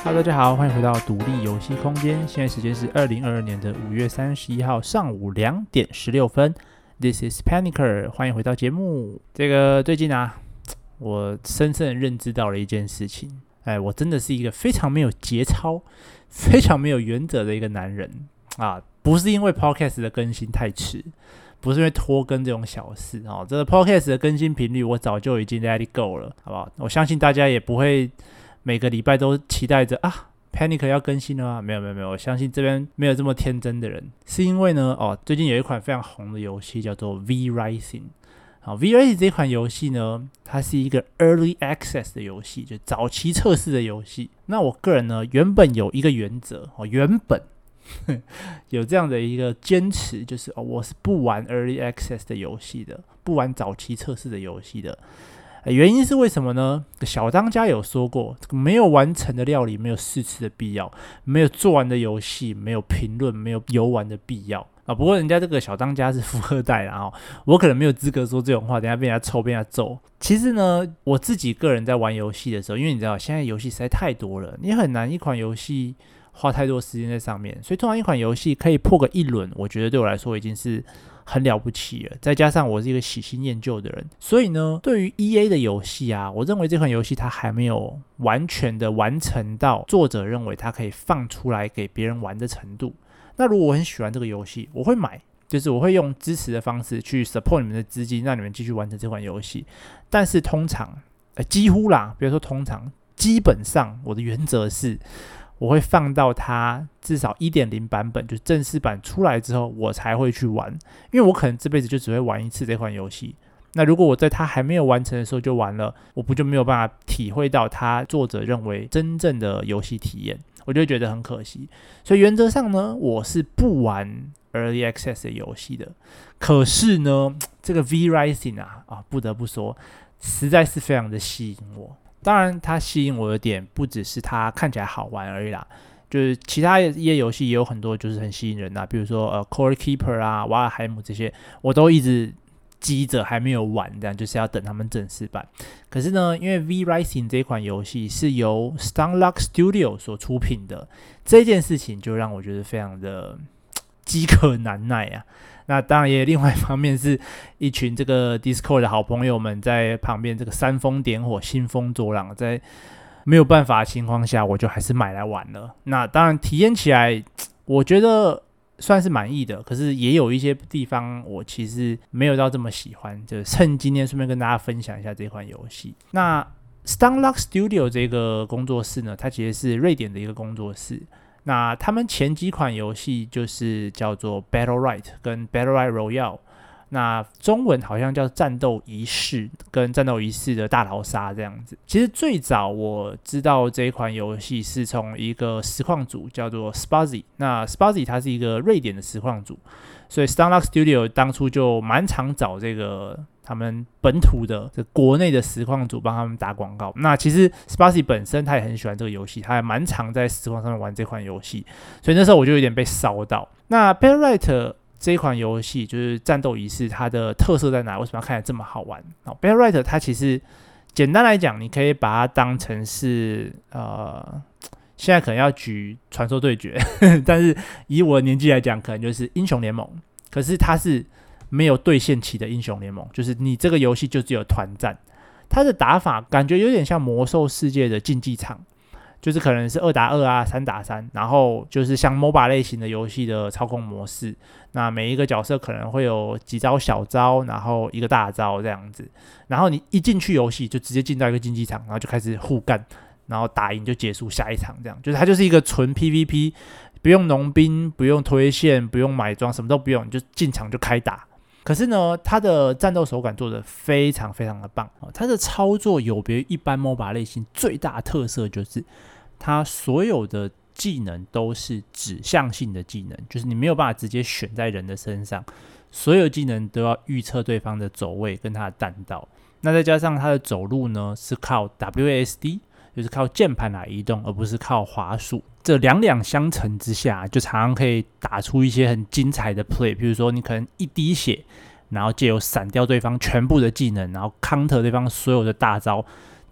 Hello， 大家好，欢迎回到独立游戏空间。现在时间是2022年的5月31号上午2点16分。This is Panicer， 欢迎回到节目。最近啊，我深深的认知到了一件事情，我真的是一个非常没有节操、非常没有原则的一个男人啊！不是因为 Podcast 的更新太迟，不是因为拖更这种小事哦。这个 Podcast 的更新频率我早就已经 let it go 了，好不好？我相信大家也不会每个礼拜都期待着啊 Panic 要更新了吗？没有，我相信这边没有这么天真的人，是因为呢，最近有一款非常红的游戏叫做 V Rising。好 ，V Rising 这款游戏呢，它是一个 Early Access 的游戏，就早期测试的游戏。那我个人呢，原本有一个原则，原本有这样的一个坚持，就是我是不玩 Early Access 的游戏的，不玩早期测试的游戏的。原因是为什么呢？小当家有说过，没有完成的料理没有试吃的必要，没有做完的游戏没有评论，没有游玩的必要啊。不过人家这个小当家是富二代啦，我可能没有资格说这种话，等一下被人家抽，被人家揍。其实呢，我自己个人在玩游戏的时候，因为你知道现在游戏实在太多了，你很难一款游戏花太多时间在上面，所以通常一款游戏可以破个一轮，我觉得对我来说已经是很了不起了。再加上我是一个喜新厌旧的人，所以呢，对于 EA 的游戏啊，我认为这款游戏它还没有完全的完成到作者认为它可以放出来给别人玩的程度。那如果我很喜欢这个游戏，我会买，就是我会用支持的方式去 support 你们的资金，让你们继续完成这款游戏。但是通常，几乎啦，比如说通常，基本上我的原则是，我会放到它至少 1.0 版本，就是正式版出来之后，我才会去玩，因为我可能这辈子就只会玩一次这款游戏。那如果我在它还没有完成的时候就玩了，我不就没有办法体会到它作者认为真正的游戏体验，我就会觉得很可惜。所以原则上呢，我是不玩 Early Access 的游戏的。可是呢，这个 V Rising 啊，不得不说，实在是非常的吸引我。当然，它吸引我的点不只是它看起来好玩而已啦，就是其他一些游戏也有很多就是很吸引人比如说Core Keeper 啊、瓦尔海姆这些，我都一直积着还没有玩，这样就是要等他们正式版。可是呢，因为 V Rising 这款游戏是由 Stunlock Studio 所出品的，这件事情就让我觉得非常的饥渴难耐啊。那当然也另外一方面是一群这个 Discord 的好朋友们在旁边这个煽风点火、兴风作浪，在没有办法的情况下，我就还是买来玩了。那当然体验起来，我觉得算是满意的，可是也有一些地方我其实没有到这么喜欢，就趁今天顺便跟大家分享一下这款游戏。那 Stunlock Studio 这个工作室呢，它其实是瑞典的一个工作室。那他们前几款游戏就是叫做 Battlerite 跟 Battlerite Royale， 那中文好像叫战斗仪式跟战斗仪式的大逃杀这样子。其实最早我知道这一款游戏是从一个实况组叫做 Spazi， 那 Spazi 它是一个瑞典的实况组，所以 Stunlock Studio 当初就蛮常找这个他们本土的国内的实况组帮他们打广告。那其实 Spazi 本身他也很喜欢这个游戏，他还蛮常在实况上面玩这款游戏，所以那时候我就有点被烧到。那 Battlerite 这一款游戏就是战斗仪式，它的特色在哪？为什么要看起来这么好玩？Battlerite 它其实简单来讲，你可以把它当成是现在可能要举传说对决，但是以我的年纪来讲，可能就是英雄联盟。可是它是没有对线期的英雄联盟，就是你这个游戏就只有团战。它的打法感觉有点像魔兽世界的竞技场，就是可能是2打2啊、3打3，然后就是像 MOBA 类型的游戏的操控模式。那每一个角色可能会有几招小招，然后一个大招这样子。然后你一进去游戏就直接进到一个竞技场，然后就开始互干，然后打赢就结束下一场，这样就是它就是一个纯 PVP， 不用农兵，不用推线，不用买装，什么都不用，你就进场就开打。可是呢，它的战斗手感做得非常非常的棒，它的操作有别于一般 MOBA 类型，最大的特色就是它所有的技能都是指向性的技能，就是你没有办法直接选在人的身上，所有技能都要预测对方的走位跟他的弹道。那再加上它的走路呢是靠 WASD， 就是靠键盘来移动，而不是靠滑鼠。这两相乘之下，就常常可以打出一些很精彩的 play。比如说，你可能一滴血，然后借由闪掉对方全部的技能，然后 counter 对方所有的大招，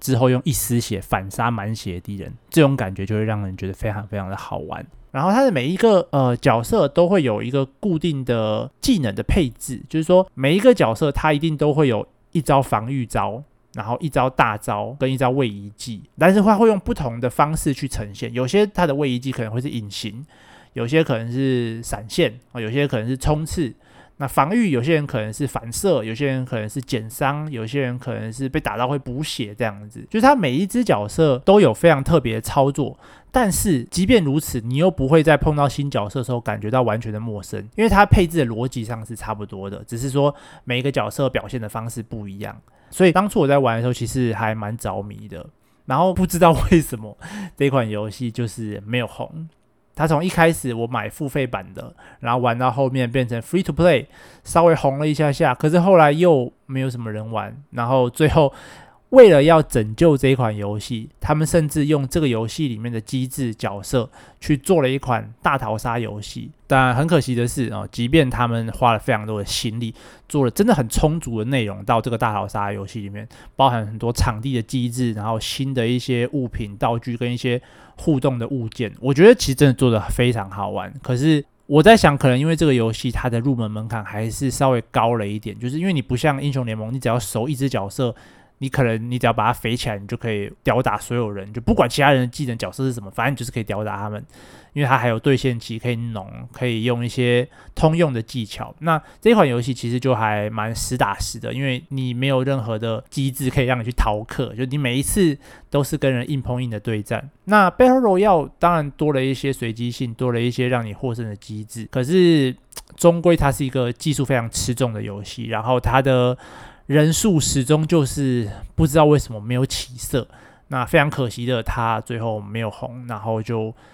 之后用一丝血反杀满血的敌人，这种感觉就会让人觉得非常非常的好玩。然后它的每一个角色都会有一个固定的技能的配置，就是说每一个角色它一定都会有一招防御招，然后一招大招跟一招位移技，但是它会用不同的方式去呈现。有些它的位移技可能会是隐形，有些可能是闪现，有些可能是冲刺。那防御有些人可能是反射，有些人可能是减伤，有些人可能是被打到会补血这样子。就是他每一只角色都有非常特别的操作，但是即便如此，你又不会在碰到新角色的时候感觉到完全的陌生，因为它配置的逻辑上是差不多的，只是说每一个角色表现的方式不一样。所以当初我在玩的时候，其实还蛮着迷的。然后不知道为什么这款游戏就是没有红。它从一开始我买付费版的，然后玩到后面变成 free to play， 稍微红了一下下，可是后来又没有什么人玩，然后最后为了要拯救这一款游戏，他们甚至用这个游戏里面的机制角色去做了一款大逃杀游戏。但很可惜的是，即便他们花了非常多的心力，做了真的很充足的内容到这个大逃杀游戏里面，包含很多场地的机制，然后新的一些物品道具跟一些互动的物件，我觉得其实真的做得非常好玩。可是我在想，可能因为这个游戏它的入门门槛还是稍微高了一点，就是因为你不像英雄联盟，你只要熟一只角色，你只要把它肥起来，你就可以吊打所有人，就不管其他人的技能角色是什么，反正你就是可以吊打他们。因为它还有对线期可以农，可以用一些通用的技巧。那这款游戏其实就还蛮实打实的，因为你没有任何的机制可以让你去逃课，就你每一次都是跟人硬碰硬的对战。那 Battle Royale 当然多了一些随机性，多了一些让你获胜的机制，可是终归它是一个技术非常吃重的游戏，然后它的人数始终就是不知道为什么没有起色。那非常可惜的，它最后没有红，然后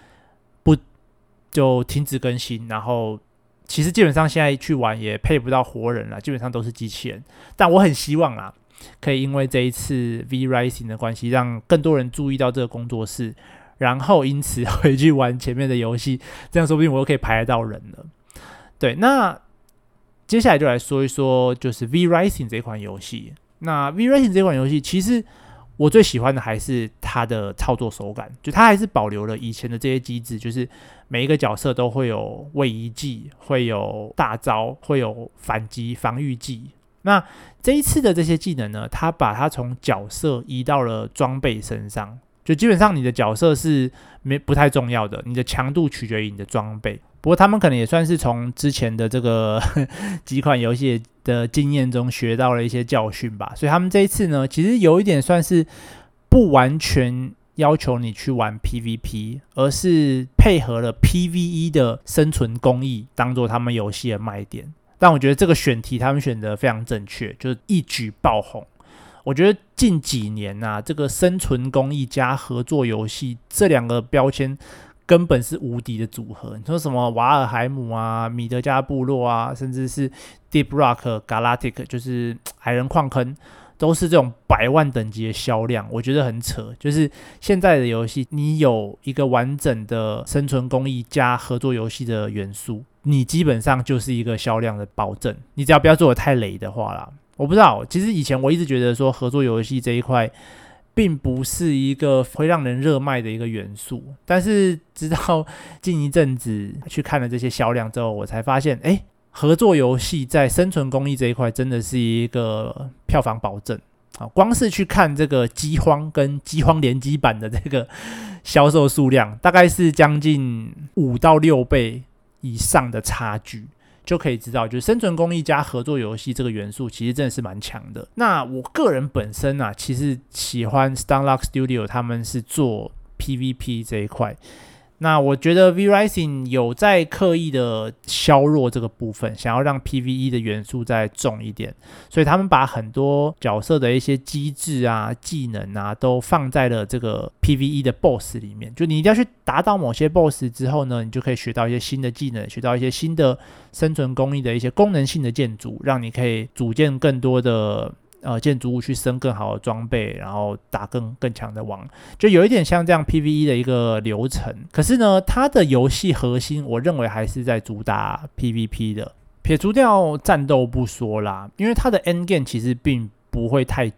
就停止更新，然后其实基本上现在去玩也配不到活人了，基本上都是机器人。但我很希望啦，可以因为这一次 V-Rising 的关系，让更多人注意到这个工作室，然后因此回去玩前面的游戏，这样说不定我又可以排得到人了。对，那接下来就来说一说就是 V-Rising 这款游戏。那 V-Rising 这款游戏其实我最喜欢的还是它的操作手感，就它还是保留了以前的这些机制，就是每一个角色都会有位移技，会有大招，会有反击防御技。那这一次的这些技能呢，它把它从角色移到了装备身上，就基本上你的角色是不太重要的，你的强度取决于你的装备。不过他们可能也算是从之前的这个几款游戏的经验中学到了一些教训吧，所以他们这一次呢，其实有一点算是不完全要求你去玩 PVP， 而是配合了 PVE 的生存工艺当做他们游戏的卖点。但我觉得这个选题他们选得非常正确，就是一举爆红。我觉得近几年啊，这个生存工艺加合作游戏这两个标签根本是无敌的组合。你说什么瓦尔海姆啊、米德加部落啊，甚至是 Deep Rock、Galactic， 就是矮人矿坑，都是这种100万等级的销量，我觉得很扯。就是现在的游戏，你有一个完整的生存工艺加合作游戏的元素，你基本上就是一个销量的保证。你只要不要做得太雷的话啦，我不知道。其实以前我一直觉得说合作游戏这一块并不是一个会让人热卖的一个元素，但是直到近一阵子去看了这些销量之后，我才发现，合作游戏在生存工艺这一块真的是一个票房保证。光是去看这个饥荒跟饥荒联机版的这个销售数量，大概是将近5到6倍以上的差距，就可以知道，就是生存工艺加合作游戏这个元素其实真的是蛮强的。那我个人本身啊，其实喜欢 Stunlock Studio 他们是做 PVP 这一块。那我觉得 V-Rising 有在刻意的削弱这个部分，想要让 PVE 的元素再重一点，所以他们把很多角色的一些机制啊、技能啊都放在了这个 PVE 的 BOSS 里面。就你一定要去达到某些 BOSS 之后呢，你就可以学到一些新的技能，学到一些新的生存工艺的一些功能性的建筑，让你可以组建更多的建筑物去升更好的装备，然后打更强的王，就有一点像这样 PVE 的一个流程。可是呢，它的游戏核心我认为还是在主打 PVP 的。撇除掉战斗不说啦，因为它的 endgame 其实并不会太久，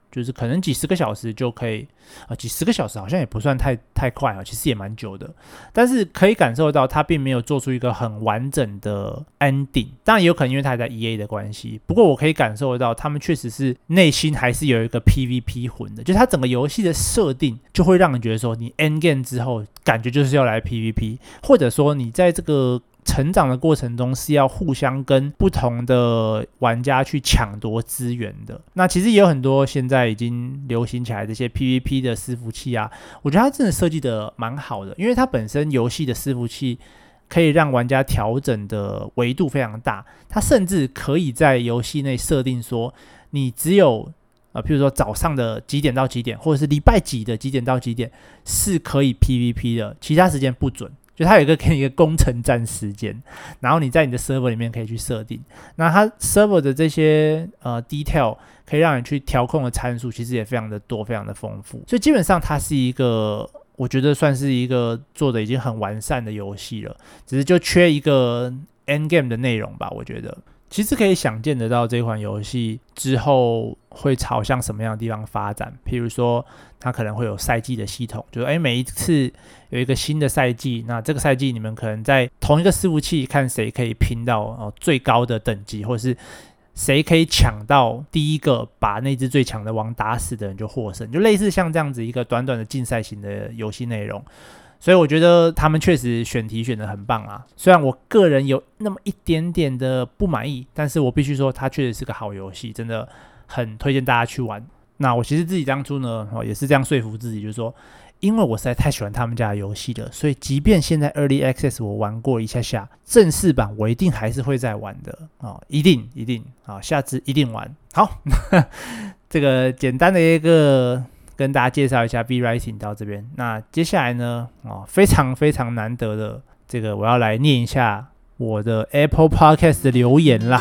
就是可能几十个小时就可以，几十个小时好像也不算太快啊，其实也蛮久的。但是可以感受到他并没有做出一个很完整的 ending， 当然也有可能因为他在 EA 的关系。不过我可以感受到他们确实是内心还是有一个 PVP 魂的，就是他整个游戏的设定就会让人觉得说，你 end game 之后感觉就是要来 PVP， 或者说你在这个成长的过程中是要互相跟不同的玩家去抢夺资源的。那其实也有很多现在已经流行起来这些 PVP 的伺服器啊，我觉得它真的设计的蛮好的，因为它本身游戏的伺服器可以让玩家调整的维度非常大，它甚至可以在游戏内设定说，你只有譬如说早上的几点到几点，或者是礼拜几的几点到几点是可以 PVP 的，其他时间不准。就它有一个给你一个工程站时间，然后你在你的 server 里面可以去设定。那它 server 的这些detail 可以让你去调控的参数，其实也非常的多，非常的丰富。所以基本上它是一个，我觉得算是一个做的已经很完善的游戏了，只是就缺一个 end game 的内容吧，我觉得。其实可以想见得到这款游戏之后会朝向什么样的地方发展，譬如说它可能会有赛季的系统，就是每一次有一个新的赛季，那这个赛季你们可能在同一个伺服器看谁可以拼到最高的等级，或者是谁可以抢到第一个把那只最强的王打死的人就获胜，就类似像这样子一个短短的竞赛型的游戏内容。所以我觉得他们确实选题选得很棒啊，虽然我个人有那么一点点的不满意，但是我必须说它确实是个好游戏，真的很推荐大家去玩。那我其实自己当初呢也是这样说服自己，就是说因为我实在太喜欢他们家的游戏了，所以即便现在 Early Access 我玩过一下下，正式版我一定还是会再玩的一定下次一定玩。好这个简单的一个跟大家介绍一下 B Writing 到这边，那接下来呢非常非常难得的这个我要来念一下我的 Apple Podcast 的留言啦。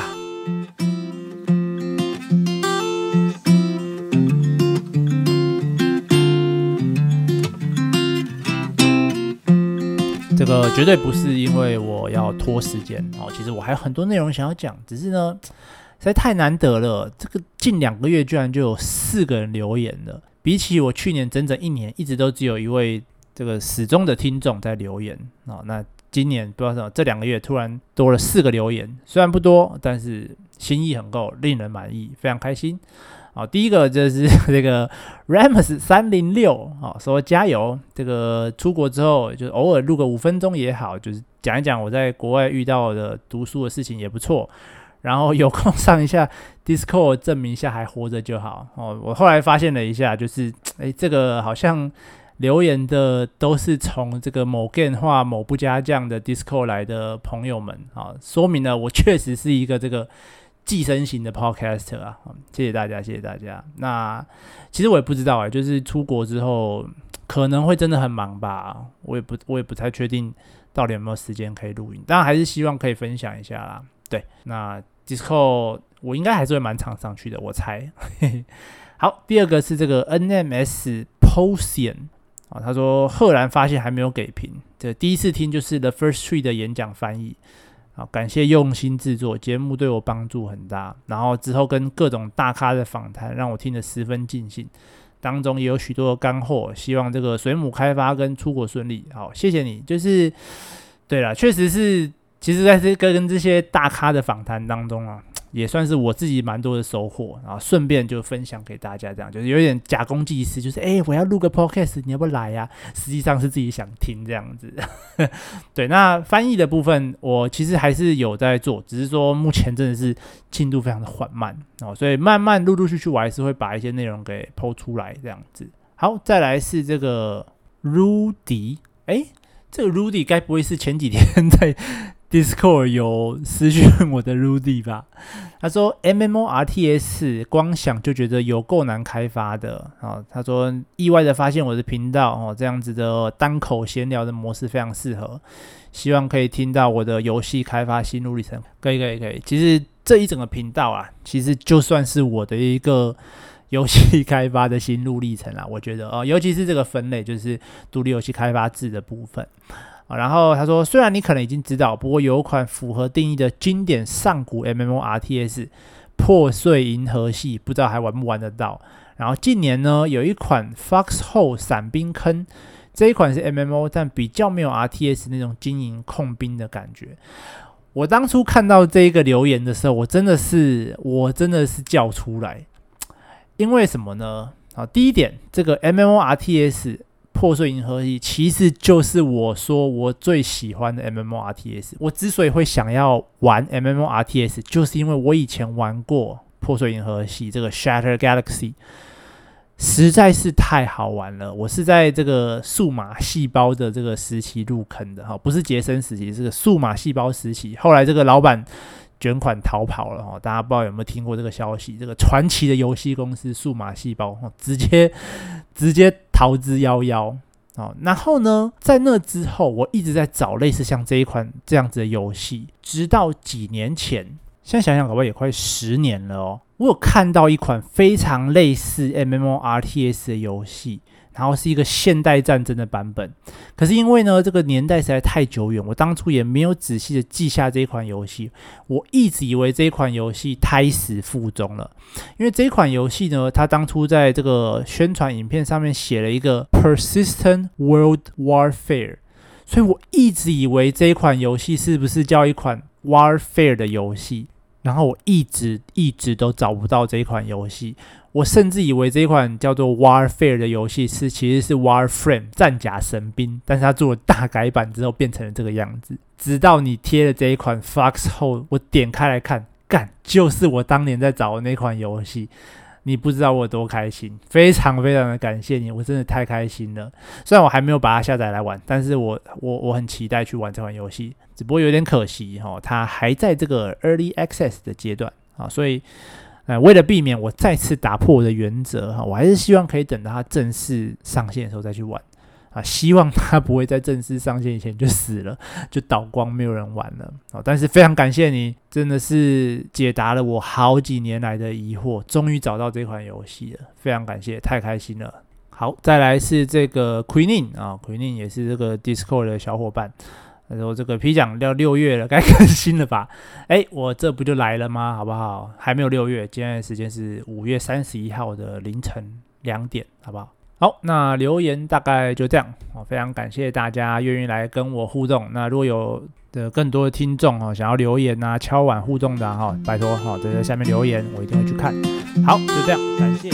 这个绝对不是因为我要拖时间其实我还有很多内容想要讲，只是呢实在太难得了，这个近2个月居然就有4个人留言了，比起我去年整整1年一直都只有一位这个始终的听众在留言那今年不知道什么这2个月突然多了4个留言，虽然不多，但是心意很够，令人满意，非常开心。第一个就是这个 Rams 306说加油，这个出国之后就偶尔录个5分钟也好，就是讲一讲我在国外遇到的读书的事情也不错，然后有空上一下 Discord 证明一下还活着就好我后来发现了一下，就是这个好像留言的都是从这个某 game 化某不加酱的 Discord 来的朋友们说明了我确实是一个这个寄生型的 podcaster 啊，谢谢大家，谢谢大家。那其实我也不知道就是出国之后可能会真的很忙吧，我也不太确定到底有没有时间可以录音，当然还是希望可以分享一下啦。对，那 Discord 我应该还是会蛮常上去的，我猜。好，第二个是这个 NMS Potion他说赫然发现还没有给评，这第一次听就是 The First Tree 的演讲翻译。感谢用心制作，节目对我帮助很大，然后之后跟各种大咖的访谈让我听得十分尽兴，当中也有许多的干货，希望这个水母开发跟出国顺利。好，谢谢你。就是对啦，确实是，其实在这个跟这些大咖的访谈当中也算是我自己蛮多的收获，然后顺便就分享给大家，这样就是有点假公济私，就是我要录个 podcast， 你要不要来呀？实际上是自己想听这样子。对，那翻译的部分我其实还是有在做，只是说目前真的是进度非常的缓慢所以慢慢陆陆续续我还是会把一些内容给 po 出来这样子。好，再来是这个 Rudy， 这个 Rudy 该不会是前几天在Discord 有私讯我的 Rudy 吧？他说 MMORTS 光想就觉得有够难开发的他说意外的发现我的频道这样子的单口闲聊的模式非常适合，希望可以听到我的游戏开发心路历程。可以，其实这一整个频道其实就算是我的一个游戏开发的心路历程啦，我觉得尤其是这个分类就是独立游戏开发制的部分。然后他说虽然你可能已经知道，不过有一款符合定义的经典上古 MMORTS 破碎银河系不知道还玩不玩得到， 然后近年呢，有一款 Foxhole 伞兵坑，这一款是 MMO， 但比较没有 RTS 那种经营控兵的感觉。我当初看到这一个留言的时候，我真的是叫出来，因为什么呢？第一点，这个 MMORTS 破碎银河系其实就是我说我最喜欢的 MMORTS。我之所以会想要玩 MMORTS， 就是因为我以前玩过破碎银河系这个 Shattered Galaxy， 实在是太好玩了。我是在这个数码细胞的这个时期入坑的，不是杰森时期，这个数码细胞时期。后来这个老板卷款逃跑了，大家不知道有没有听过这个消息？这个传奇的游戏公司数码细胞直接逃之夭夭。然后呢，在那之后，我一直在找类似像这一款这样子的游戏，直到几年前，现在想想搞不好也快10年了哦。我有看到一款非常类似 MMORTS 的游戏，然后是一个现代战争的版本。可是因为呢，这个年代实在太久远，我当初也没有仔细的记下这一款游戏。我一直以为这一款游戏胎死腹中了，因为这一款游戏呢，它当初在这个宣传影片上面写了一个 Persistent World Warfare， 所以我一直以为这一款游戏是不是叫一款 Warfare 的游戏，然后我一直都找不到这一款游戏。我甚至以为这一款叫做 Warfare 的游戏其实是 Warframe 战甲神兵，但是它做了大改版之后变成了这个样子。直到你贴了这一款 Foxhole， 我点开来看，干，就是我当年在找的那款游戏。你不知道我有多开心，非常非常的感谢你，我真的太开心了。虽然我还没有把它下载来玩，但是我很期待去玩这款游戏，只不过有点可惜它还在这个 Early Access 的阶段所以为了避免我再次打破我的原则我还是希望可以等到它正式上线的时候再去玩希望它不会在正式上线以前就死了，就倒光，没有人玩了但是非常感谢你，真的是解答了我好几年来的疑惑，终于找到这款游戏了，非常感谢，太开心了。好，再来是这个 Queenin Queenin 也是这个 Discord 的小伙伴，他说这个P奖要6月了，该更新了吧？我这不就来了吗？好不好？还没有6月，今天的时间是5月31号的凌晨2点，好不好？好，那留言大概就这样非常感谢大家愿意来跟我互动。那如果有更多的听众想要留言敲碗互动的拜托都在下面留言，我一定会去看。好，就这样，感谢。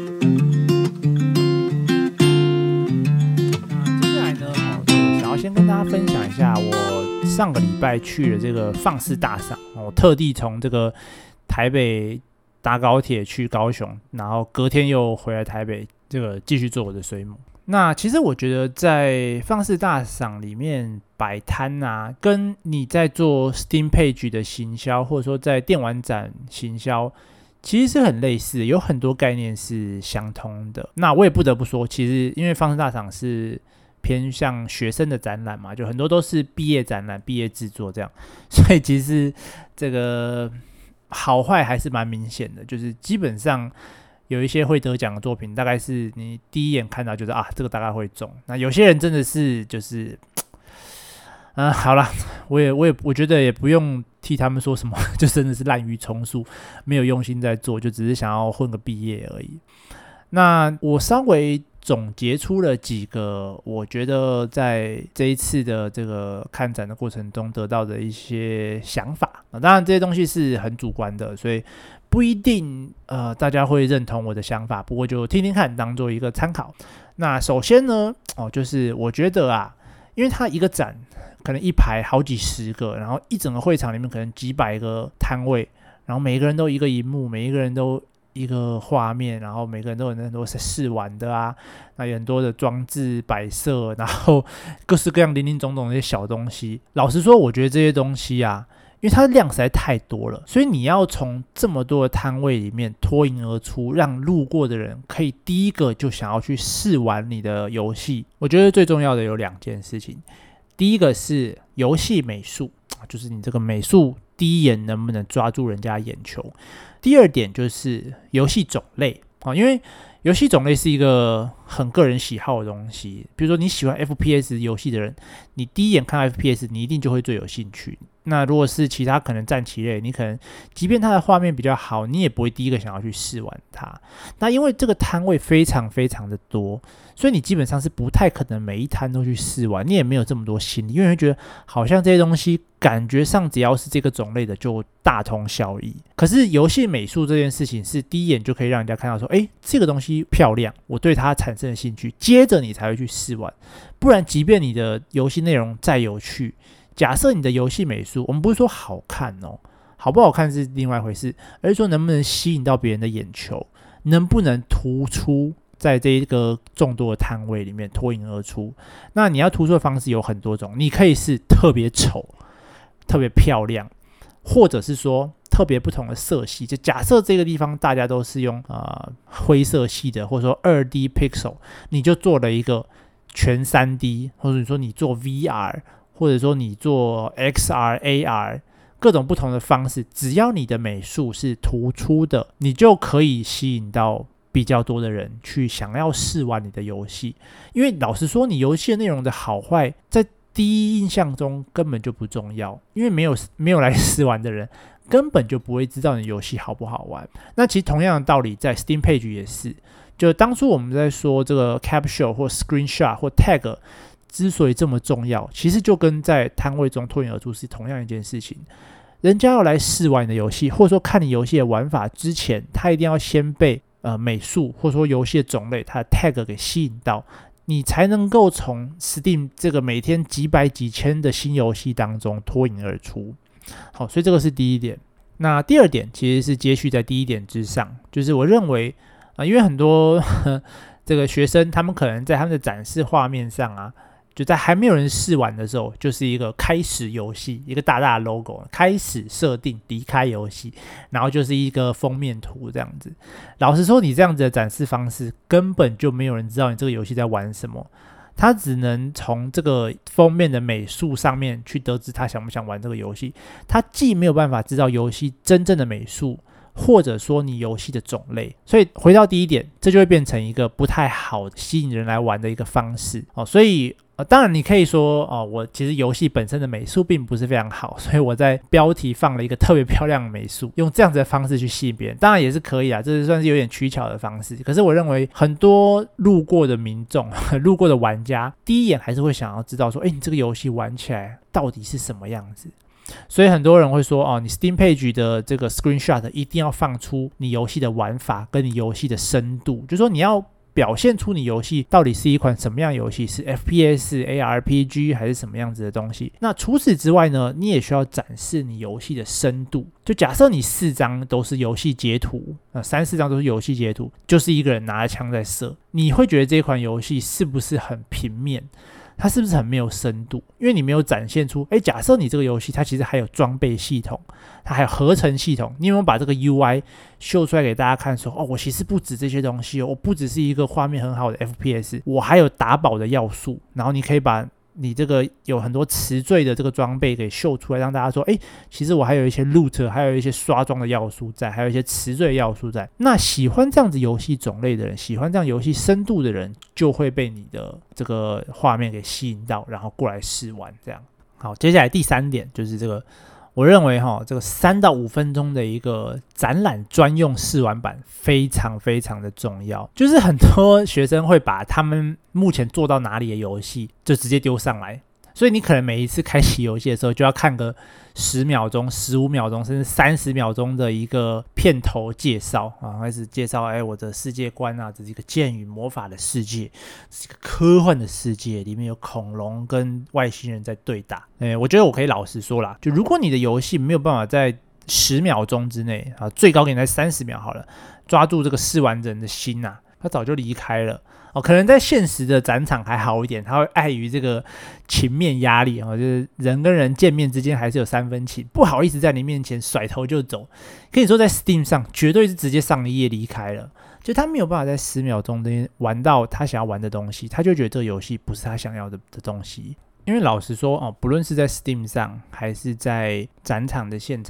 那接下来呢想要先跟大家分享一下我上个礼拜去了这个放肆大赏我特地从这个台北搭高铁去高雄，然后隔天又回来台北这个继续做我的水母。那其实我觉得在放肆大赏里面摆摊跟你在做 Steam Page 的行销，或者说在电玩展行销，其实是很类似的，有很多概念是相通的。那我也不得不说，其实因为放肆大赏是偏向学生的展览嘛，就很多都是毕业展览、毕业制作这样，所以其实这个好坏还是蛮明显的，就是基本上有一些会得奖的作品，大概是你第一眼看到就是这个大概会中。那有些人真的是就是好啦，我觉得也不用替他们说什么，就真的是滥竽充数，没有用心在做，就只是想要混个毕业而已。那我稍微总结出了几个我觉得在这一次的这个看展的过程中得到的一些想法当然这些东西是很主观的，所以不一定大家会认同我的想法，不过就听听看，当做一个参考。那首先呢就是我觉得因为它一个展可能一排好几十个，然后一整个会场里面可能几百个摊位，然后每一个人都一个萤幕，每一个人都一个画面，然后每个人都有很多试玩的那有很多的装置摆设，然后各式各样林林总总的一些小东西。老实说，我觉得这些东西因为它的量实在太多了，所以你要从这么多的摊位里面脱颖而出，让路过的人可以第一个就想要去试玩你的游戏。我觉得最重要的有2件事情，第一个是游戏美术，就是你这个美术第一眼能不能抓住人家眼球。第二点就是游戏种类因为游戏种类是一个很个人喜好的东西，比如说你喜欢 FPS 游戏的人，你第一眼看到 FPS 你一定就会最有兴趣。那如果是其他可能战棋类，你可能即便它的画面比较好，你也不会第一个想要去试玩它。那因为这个摊位非常非常的多，所以你基本上是不太可能每一摊都去试玩，你也没有这么多心力，因为你会觉得好像这些东西感觉上只要是这个种类的就大同小异。可是游戏美术这件事情是第一眼就可以让人家看到说，这个东西漂亮，我对它产生了兴趣，接着你才会去试玩。不然即便你的游戏内容再有趣，假设你的游戏美术，我们不是说好看哦，好不好看是另外一回事，而是说能不能吸引到别人的眼球，能不能突出在这一个众多的摊位里面脱颖而出。那你要突出的方式有很多种，你可以是特别丑、特别漂亮，或者是说特别不同的色系。就假设这个地方大家都是用灰色系的，或者说 2D pixel， 你就做了一个全 3D， 或者你说你做 VR， 或者说你做 XR、AR， 各种不同的方式，只要你的美术是突出的，你就可以吸引到比较多的人去想要试玩你的游戏。因为老实说，你游戏的内容的好坏在第一印象中根本就不重要，因为没有来试玩的人根本就不会知道你游戏好不好玩。那其实同样的道理在 Steam Page 也是，就当初我们在说这个 Capture 或 Screenshot 或 Tag 之所以这么重要，其实就跟在摊位中脱颖而出是同样一件事情。人家要来试玩你的游戏，或者说看你游戏的玩法之前，他一定要先被美术或者说游戏的种类它的 tag 给吸引到，你才能够从 Steam 这个每天几百几千的新游戏当中脱颖而出。好，所以这个是第一点。那第二点其实是接续在第一点之上，就是我认为因为很多这个学生他们可能在他们的展示画面上啊，就在还没有人试玩的时候，就是一个开始游戏，一个大大的 logo， 开始设定离开游戏，然后就是一个封面图这样子。老实说，你这样子的展示方式，根本就没有人知道你这个游戏在玩什么，他只能从这个封面的美术上面去得知他想不想玩这个游戏。他既没有办法知道游戏真正的美术，或者说你游戏的种类，所以回到第一点，这就会变成一个不太好吸引人来玩的一个方式。所以当然你可以说我其实游戏本身的美术并不是非常好，所以我在标题放了一个特别漂亮的美术，用这样子的方式去吸引别人，当然也是可以啊，这算是有点取巧的方式。可是我认为很多路过的民众路过的玩家第一眼还是会想要知道说，你这个游戏玩起来到底是什么样子。所以很多人会说你 Steam Page 的这个 Screenshot 一定要放出你游戏的玩法跟你游戏的深度，就是说你要表现出你游戏到底是一款什么样的游戏，是 FPS、ARPG 还是什么样子的东西。那除此之外呢，你也需要展示你游戏的深度。就假设你4张都是游戏截图，3、4张都是游戏截图，就是一个人拿着枪在射，你会觉得这款游戏是不是很平面？它是不是很没有深度？因为你没有展现出，假设你这个游戏它其实还有装备系统，它还有合成系统，你有没有把这个 UI 秀出来给大家看说，我其实不止这些东西我不只是一个画面很好的 FPS， 我还有打宝的要素，然后你可以把你这个有很多词缀的这个装备给秀出来，让大家说，其实我还有一些 loot， 还有一些刷装的要素在，还有一些词缀的要素在。那喜欢这样子游戏种类的人，喜欢这样游戏深度的人，就会被你的这个画面给吸引到，然后过来试玩这样。好，接下来第3点就是这个，我认为这个3到5分钟的一个展览专用试玩版非常非常的重要。就是很多学生会把他们目前做到哪里的游戏就直接丢上来，所以你可能每一次开启游戏的时候就要看个10秒钟、15秒钟甚至30秒钟的一个片头介绍开始介绍我的世界观这是一个剑与魔法的世界，是一个科幻的世界，里面有恐龙跟外星人在对打。我觉得我可以老实说啦，就如果你的游戏没有办法在10秒钟之内最高给你在30秒好了，抓住这个试玩人的心他早就离开了可能在现实的展场还好一点，他会碍于这个情面压力就是人跟人见面之间还是有3分情，不好意思在你面前甩头就走。可以说在 Steam 上绝对是直接上一页离开了，就他没有办法在10秒钟内玩到他想要玩的东西，他就觉得这个游戏不是他想要的东西。因为老实说不论是在 Steam 上还是在展场的现场，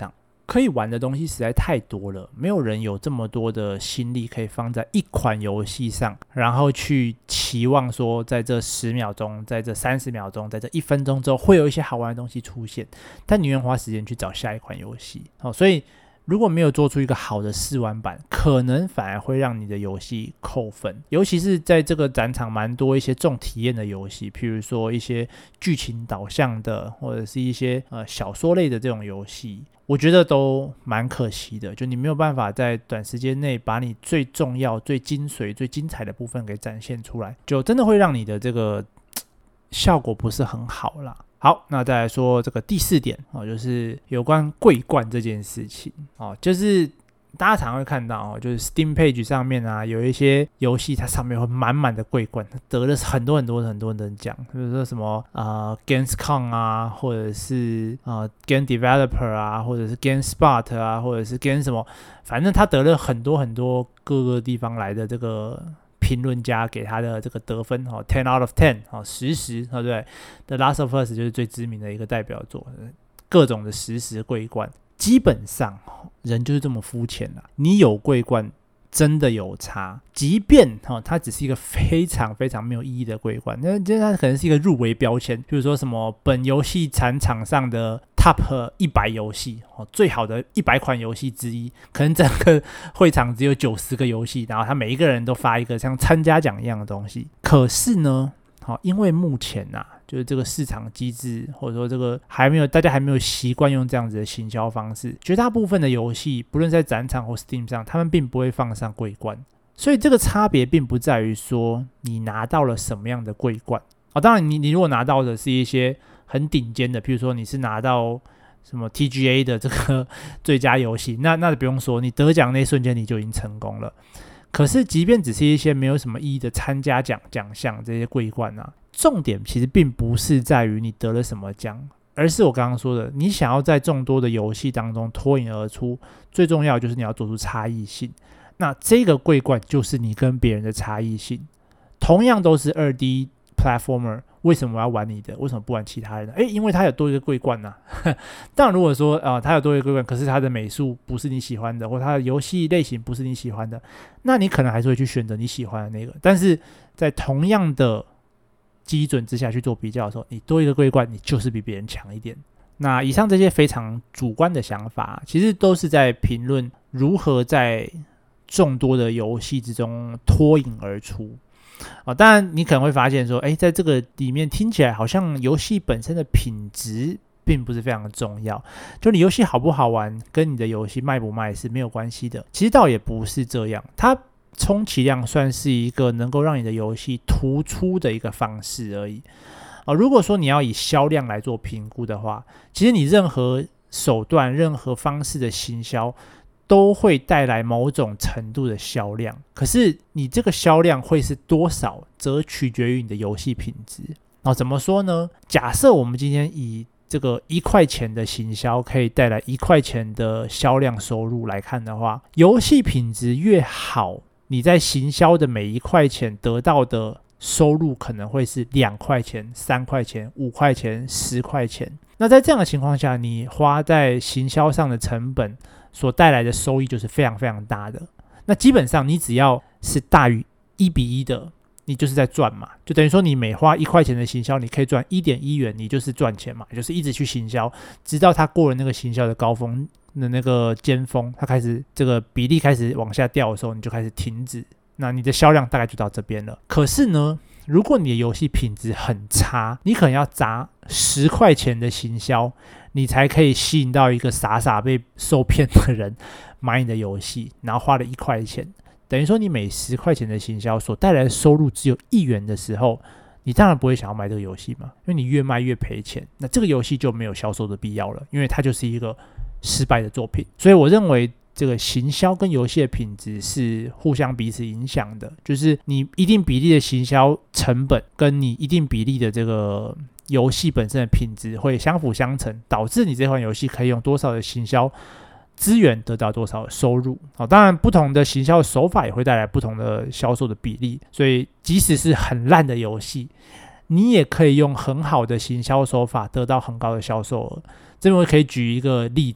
可以玩的东西实在太多了，没有人有这么多的心力可以放在一款游戏上，然后去期望说在这10秒钟，在这30秒钟，在这1分钟之后会有一些好玩的东西出现，但宁愿花时间去找下一款游戏。所以如果没有做出一个好的试玩版，可能反而会让你的游戏扣分，尤其是在这个展场蛮多一些重体验的游戏，譬如说一些剧情导向的，或者是一些小说类的这种游戏，我觉得都蛮可惜的，就你没有办法在短时间内把你最重要、最精髓、最精彩的部分给展现出来，就真的会让你的这个效果不是很好啦。好，那再来说这个第4点就是有关桂冠这件事情就是大家常会看到就是 Steam Page 上面啊，有一些游戏它上面会满满的桂冠，它得了很多人奖，比如说什么Gamescom 啊，或者是Game Developer 啊，或者是 GameSpot 啊，或者是 Game 什么，反正它得了很多各个地方来的这个评论家给他的这个得分10 out of 10 10，对不对？ The Last of Us 就是最知名的一个代表作，各种的10桂冠。基本上人就是这么肤浅啦，你有桂冠真的有差，即便它只是一个非常非常没有意义的桂冠，那它可能是一个入围标签，比如说什么本游戏产场上的 Top 100游戏，最好的100款游戏之一，可能整个会场只有90个游戏，然后他每一个人都发一个像参加奖一样的东西。可是呢因为目前就是这个市场机制，或者说这个大家还没有习惯用这样子的行销方式，绝大部分的游戏不论在展场或 Steam 上，他们并不会放上桂冠，所以这个差别并不在于说你拿到了什么样的桂冠当然你如果拿到的是一些很顶尖的，譬如说你是拿到什么 TGA 的这个最佳游戏，那不用说，你得奖那一瞬间你就已经成功了。可是即便只是一些没有什么意义的参加奖项，这些桂冠重点其实并不是在于你得了什么奖，而是我刚刚说的，你想要在众多的游戏当中脱颖而出，最重要的就是你要做出差异性。那这个桂冠就是你跟别人的差异性。同样都是 2D platformer， 为什么我要玩你的？为什么不玩其他人的？因为他有多一个桂冠当然如果说他有多一个桂冠，可是他的美术不是你喜欢的，或他的游戏类型不是你喜欢的，那你可能还是会去选择你喜欢的那个。但是在同样的基准之下去做比较的时候，你多一个桂冠，你就是比别人强一点。那以上这些非常主观的想法，其实都是在评论如何在众多的游戏之中脱颖而出。当然你可能会发现说在这个里面听起来好像游戏本身的品质并不是非常的重要，就你游戏好不好玩跟你的游戏卖不卖是没有关系的。其实倒也不是这样，它充其量算是一个能够让你的游戏突出的一个方式而已。如果说你要以销量来做评估的话，其实你任何手段任何方式的行销都会带来某种程度的销量，可是你这个销量会是多少，则取决于你的游戏品质。怎么说呢？假设我们今天以这个1块钱的行销可以带来1块钱的销量收入来看的话，游戏品质越好，你在行销的每1块钱得到的收入可能会是2块钱、3块钱、5块钱、10块钱。那在这样的情况下，你花在行销上的成本所带来的收益就是非常非常大的。那基本上你只要是大于1:1的，你就是在赚嘛，就等于说你每花1块钱的行销，你可以赚 1.1 元，你就是赚钱嘛，就是一直去行销，直到它过了那个行销的高峰的那个尖峰，它开始这个比例开始往下掉的时候，你就开始停止，那你的销量大概就到这边了。可是呢，如果你的游戏品质很差，你可能要砸10块钱的行销，你才可以吸引到一个傻傻被受骗的人买你的游戏，然后花了1块钱，等于说你每10块钱的行销所带来的收入只有1元的时候，你当然不会想要买这个游戏嘛，因为你越卖越赔钱，那这个游戏就没有销售的必要了，因为它就是一个失败的作品。所以我认为这个行销跟游戏的品质是互相彼此影响的，就是你一定比例的行销成本跟你一定比例的这个游戏本身的品质会相辅相成，导致你这款游戏可以用多少的行销资源得到多少的收入。当然不同的行销手法也会带来不同的销售的比例，所以即使是很烂的游戏，你也可以用很好的行销手法得到很高的销售额。这边我可以举一个例子，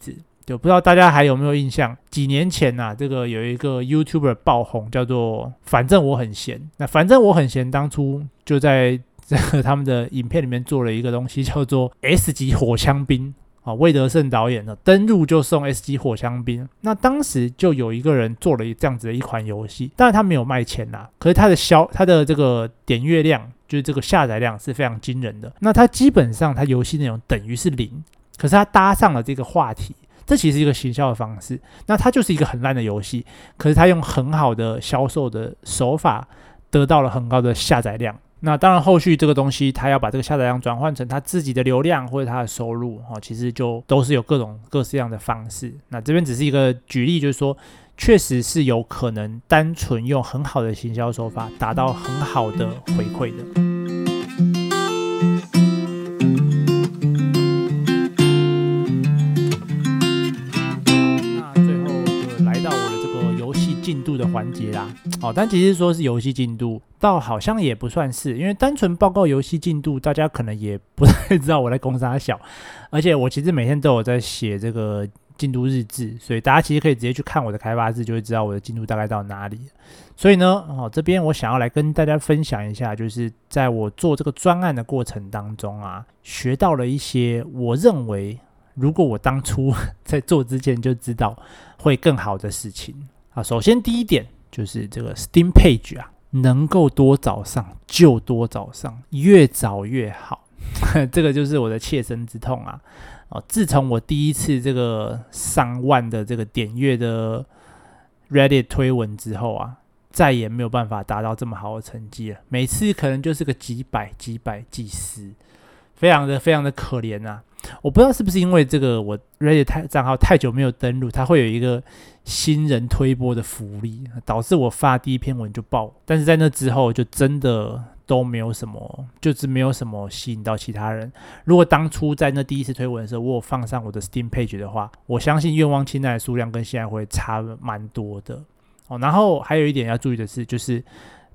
就不知道大家还有没有印象，几年前啊，这个有一个 YouTuber 爆红，叫做反正我很闲。那反正我很闲当初就在这个他们的影片里面做了一个东西叫做 S 级火枪兵，魏德胜导演的登入就送 S 级火枪兵。那当时就有一个人做了这样子的一款游戏，当然他没有卖钱啦，可是他的这个点阅量，就是这个下载量是非常惊人的。那他基本上他游戏内容等于是零，可是他搭上了这个话题，这其实是一个行销的方式。那它就是一个很烂的游戏，可是他用很好的销售的手法得到了很高的下载量。那当然后续这个东西他要把这个下载量转换成他自己的流量或者他的收入，其实就都是有各式样的方式。那这边只是一个举例，就是说确实是有可能单纯用很好的行销手法达到很好的回馈的。进度的环节啦，但其实说是游戏进度，倒好像也不算是，因为单纯报告游戏进度，大家可能也不太知道我在攻啥小，而且我其实每天都有在写这个进度日志，所以大家其实可以直接去看我的开发日，就会知道我的进度大概到哪里。所以呢，这边我想要来跟大家分享一下，就是在我做这个专案的过程当中啊，学到了一些我认为如果我当初在做之前就知道会更好的事情。首先第一点就是这个 Steam Page 啊，能够多早上就多早上，越早越好。这个就是我的切身之痛啊！自从我第一次这个上万的这个点阅的 Reddit 推文之后啊，再也没有办法达到这么好的成绩了。每次可能就是个几百、几十，非常的可怜啊！我不知道是不是因为这个我 Reddit 账号太久没有登录，它会有一个新人推播的福利，导致我发第一篇文就爆。但是在那之后就真的都没有什么，就是没有什么吸引到其他人。如果当初在那第一次推文的时候，我有放上我的 Steam Page 的话，我相信愿望清单的数量跟现在会差蛮多的。然后还有一点要注意的是，就是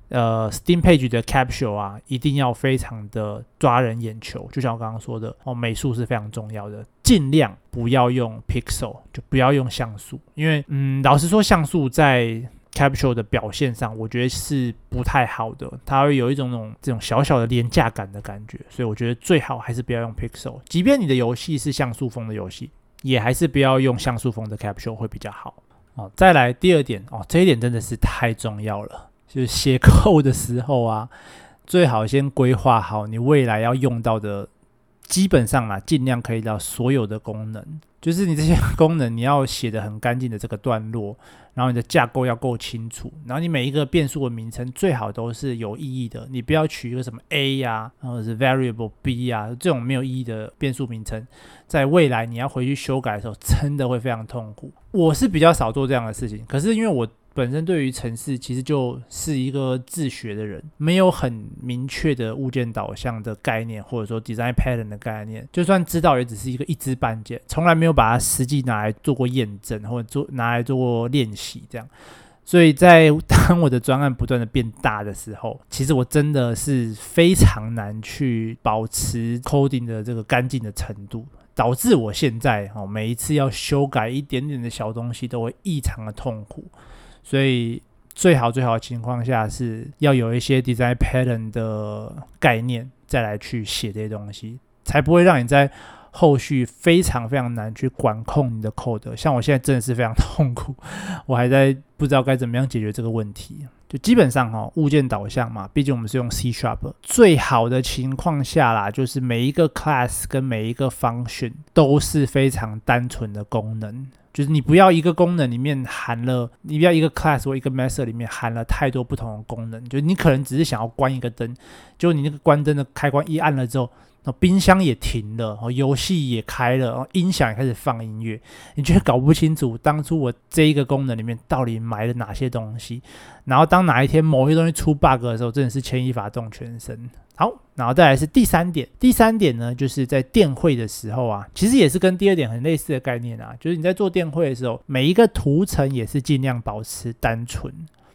Steam Page 的 Caption 啊，一定要非常的抓人眼球，就像我刚刚说的，美术是非常重要的，尽量不要用 Pixel， 就不要用像素，因为老实说，像素在 Capture 的表现上，我觉得是不太好的，它会有一种这种小小的廉价感的感觉，所以我觉得最好还是不要用 Pixel， 即便你的游戏是像素风的游戏，也还是不要用像素风的 Capture 会比较好。再来第二点，这一点真的是太重要了，就是写code的时候啊，最好先规划好你未来要用到的，基本上啊，尽量可以到所有的功能，就是你这些功能你要写得很干净的这个段落，然后你的架构要够清楚，然后你每一个变数的名称最好都是有意义的，你不要取一个什么 A 啊，或者是 variable B 啊，这种没有意义的变数名称，在未来你要回去修改的时候，真的会非常痛苦。我是比较少做这样的事情，可是因为我本身对于程式其实就是一个自学的人，没有很明确的物件导向的概念，或者说 design pattern 的概念，就算知道也只是一个一知半解，从来没有把它实际拿来做过验证，或者拿来做过练习这样。所以在当我的专案不断的变大的时候，其实我真的是非常难去保持 coding 的这个干净的程度，导致我现在每一次要修改一点点的小东西都会异常的痛苦。所以最好的情况下是要有一些 design pattern 的概念再来去写这些东西，才不会让你在后续非常难去管控你的 code。 像我现在真的是非常痛苦，我还在不知道该怎么样解决这个问题。就基本上物件导向嘛，毕竟我们是用 C#， 最好的情况下啦，就是每一个 class 跟每一个 function 都是非常单纯的功能，就是你不要一个功能里面含了，你不要一个 class 或一个 method 里面含了太多不同的功能，就是你可能只是想要关一个灯，结果你那个关灯的开关一按了之后，冰箱也停了，游戏也开了，音响也开始放音乐，你觉得搞不清楚当初我这一个功能里面到底埋了哪些东西，然后当哪一天某些东西出 bug 的时候，真的是牵一发动全身。好，然后再来是第三点呢，就是在电绘的时候啊，其实也是跟第二点很类似的概念啊，就是你在做电绘的时候，每一个图层也是尽量保持单纯。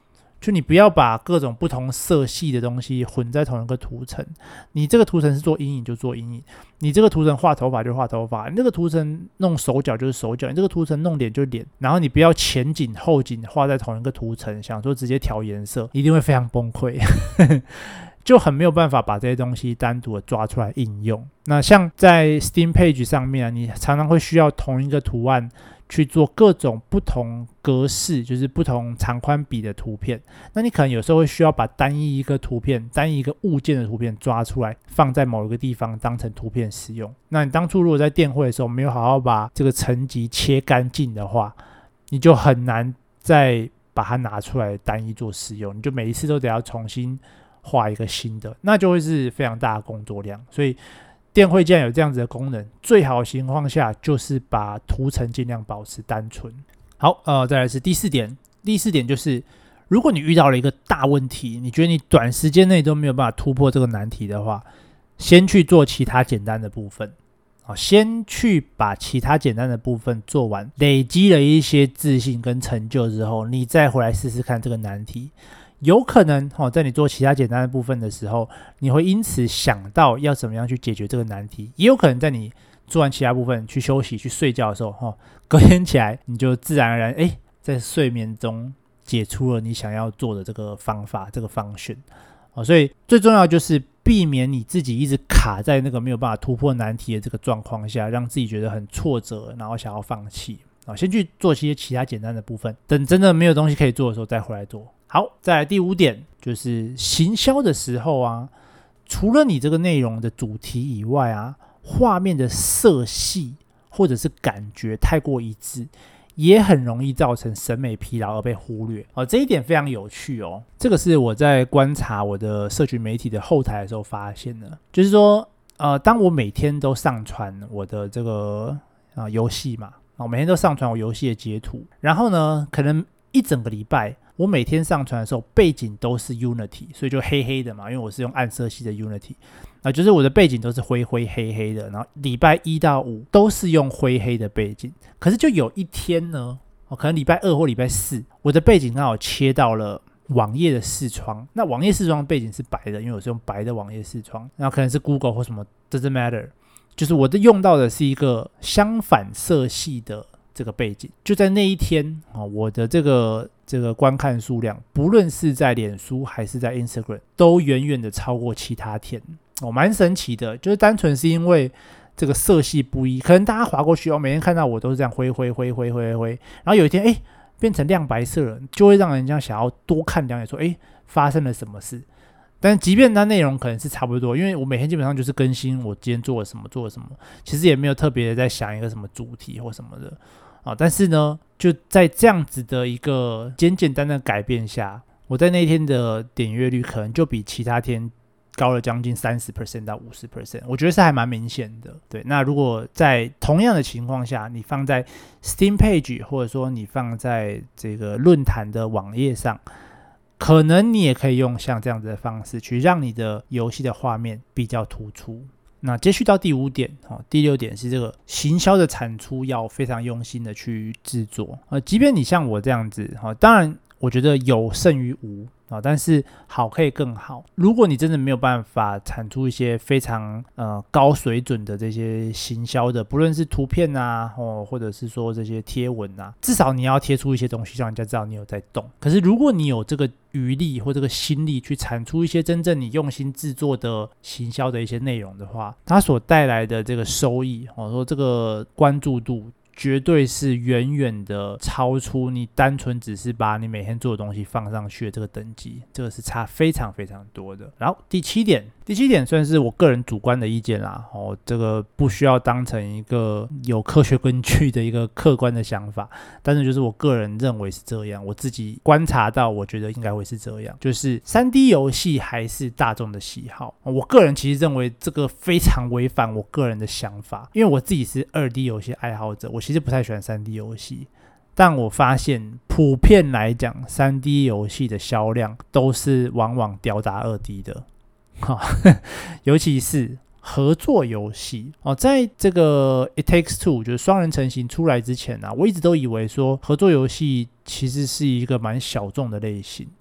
就你不要把各种不同色系的东西混在同一个图层。你这个图层是做阴影就做阴影，你这个图层画头发就画头发，你这个图层弄手脚就是手脚，你这个图层弄脸就脸。然后你不要前景后景画在同一个图层，想说直接调颜色，一定会非常崩溃。就很没有办法把这些东西单独的抓出来应用。那像在 Steam Page 上面你常常会需要同一个图案去做各种不同格式，就是不同长宽比的图片。那你可能有时候会需要把单一一个图片、单一一个物件的图片抓出来，放在某一个地方当成图片使用。那你当初如果在电绘的时候没有好好把这个层级切干净的话，你就很难再把它拿出来单一做使用，你就每一次都得要重新画一个新的，那就会是非常大的工作量。所以电绘既然有这样子的功能，最好的情况下就是把图层尽量保持单纯。好，再来是第四点。第四点就是，如果你遇到了一个大问题，你觉得你短时间内都没有办法突破这个难题的话，先去做其他简单的部分。先去把其他简单的部分做完，累积了一些自信跟成就之后，你再回来试试看这个难题。有可能在你做其他简单的部分的时候，你会因此想到要怎么样去解决这个难题，也有可能在你做完其他部分去休息去睡觉的时候，隔天起来你就自然而然在睡眠中解出了你想要做的这个方法这个function。所以最重要的就是避免你自己一直卡在那个没有办法突破难题的这个状况下，让自己觉得很挫折，然后想要放弃。先去做些其他简单的部分，等真的没有东西可以做的时候再回来做。好，再来第五点，就是行销的时候啊，除了你这个内容的主题以外啊，画面的色系或者是感觉太过一致，也很容易造成审美疲劳而被忽略。这一点非常有趣哦。这个是我在观察我的社群媒体的后台的时候发现的，就是说当我每天都上传我的这个游戏嘛，我每天都上传我游戏的截图，然后呢可能一整个礼拜我每天上传的时候背景都是 Unity， 所以就黑黑的嘛，因为我是用暗色系的 Unity，就是我的背景都是灰灰黑黑的，然后礼拜1到5都是用灰黑的背景。可是就有一天呢，可能礼拜2或礼拜4，我的背景刚好切到了网页的视窗。那网页视窗的背景是白的，因为我是用白的网页视窗，然后可能是 Google 或什么 doesn't matter， 就是我用到的是一个相反色系的这个背景。就在那一天，我的这个观看数量，不论是在脸书还是在 Instagram， 都远远的超过其他天。蛮神奇的，就是单纯是因为这个色系不一，可能大家滑过去每天看到我都是这样灰，然后有一天变成亮白色了，就会让人家想要多看两眼，说发生了什么事。但即便它内容可能是差不多，因为我每天基本上就是更新我今天做了什么，其实也没有特别的在想一个什么主题或什么的但是呢，就在这样子的一个简单的改变下，我在那天的点阅率可能就比其他天高了将近 30% 到 50%， 我觉得是还蛮明显的。对，那如果在同样的情况下，你放在 Steam Page 或者说你放在这个论坛的网页上，可能你也可以用像这样子的方式去让你的游戏的画面比较突出。那接续到第5点，第6点是这个行销的产出要非常用心的去制作。即便你像我这样子，当然我觉得有胜于无，但是好可以更好。如果你真的没有办法产出一些非常高水准的这些行销的，不论是图片啊，或者是说这些贴文啊，至少你要贴出一些东西，让人家知道你有在动。可是如果你有这个余力或这个心力去产出一些真正你用心制作的行销的一些内容的话，它所带来的这个收益，说这个关注度，绝对是远远的超出你单纯只是把你每天做的东西放上去的这个等级，这个是差非常非常多的。然后第七点算是我个人主观的意见啦，这个不需要当成一个有科学根据的一个客观的想法，但是就是我个人认为是这样，我自己观察到我觉得应该会是这样，就是 3D 游戏还是大众的喜好。我个人其实认为这个非常违反我个人的想法，因为我自己是 2D 游戏爱好者，我其实不太喜欢 3D 游戏，但我发现普遍来讲 3D 游戏的销量都是往往吊打 2D 的尤其是合作游戏在这个 It Takes Two 就是双人成行出来之前我一直都以为说合作游戏其实是一个蛮小众的类型，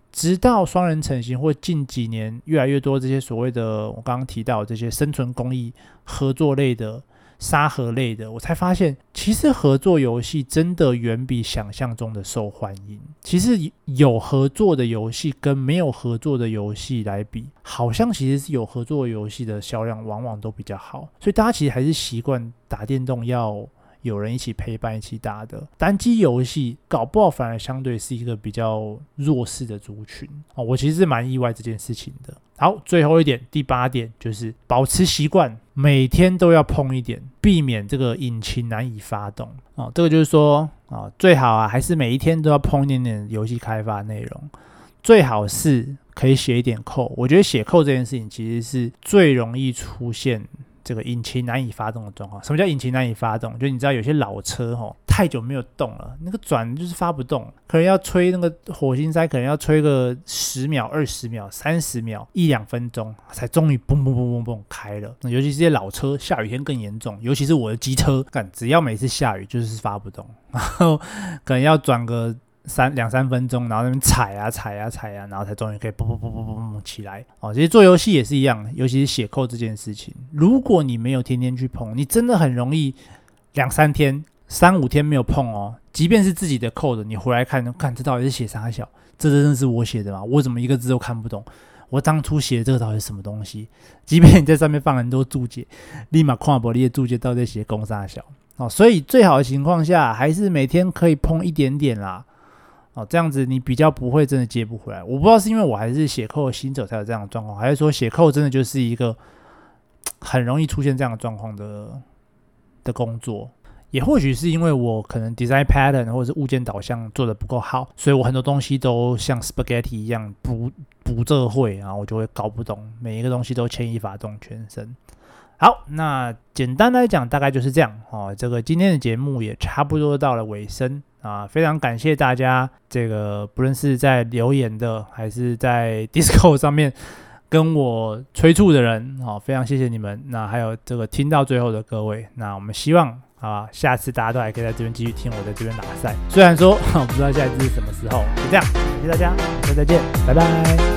直到双人成行或近几年越来越多这些所谓的我刚刚提到这些生存公益合作类的沙盒类的，我才发现其实合作游戏真的远比想象中的受欢迎。其实有合作的游戏跟没有合作的游戏来比，好像其实是有合作的游戏的销量往往都比较好，所以大家其实还是习惯打电动要有人一起陪伴一起打的，单机游戏搞不好反而相对是一个比较弱势的族群，我其实是蛮意外这件事情的。好，最后一点，第8点就是保持习惯，每天都要碰一点，避免这个引擎难以发动。这个就是说最好还是每一天都要碰一点点游戏开发内容，最好是可以写一点code。我觉得写code这件事情其实是最容易出现这个引擎难以发动的状况。什么叫引擎难以发动？就你知道有些老车太久没有动了，那个转就是发不动，可能要吹那个火星塞，可能要吹个10秒、20秒、30秒、1-2分钟，才终于嘣嘣嘣嘣嘣开了。尤其是这些老车，下雨天更严重，尤其是我的机车，只要每次下雨就是发不动，然后可能要转个2-3分钟，然后那边踩啊，然后才终于可以嘣嘣嘣嘣嘣起来。其实做游戏也是一样，尤其是写code这件事情，如果你没有天天去碰，你真的很容易2-3天、3-5天没有碰即便是自己的code，你回来看这到底是写啥小？这真的是我写的吗？我怎么一个字都看不懂？我当初写的这个到底是什么东西？即便你在上面放很多注解，立马看不懂你的注解到底在写公啥小？所以最好的情况下，还是每天可以碰一点点啦。这样子你比较不会真的接不回来。我不知道是因为我还是写code新手才有这样的状况，还是说写code真的就是一个很容易出现这样的状况的工作。也或许是因为我可能 design pattern 或者是物件导向做得不够好，所以我很多东西都像 spaghetti 一样不这会，然后我就会搞不懂，每一个东西都牵一发动全身。好，那简单来讲大概就是这样这个今天的节目也差不多到了尾声非常感谢大家，这个不论是在留言的还是在 Discord 上面跟我催促的人非常谢谢你们。那还有这个听到最后的各位，那我们希望下次大家都还可以在这边继续听我在这边打赛，虽然说我不知道下一次是什么时候。就这样，感谢大家，下次再见，拜拜。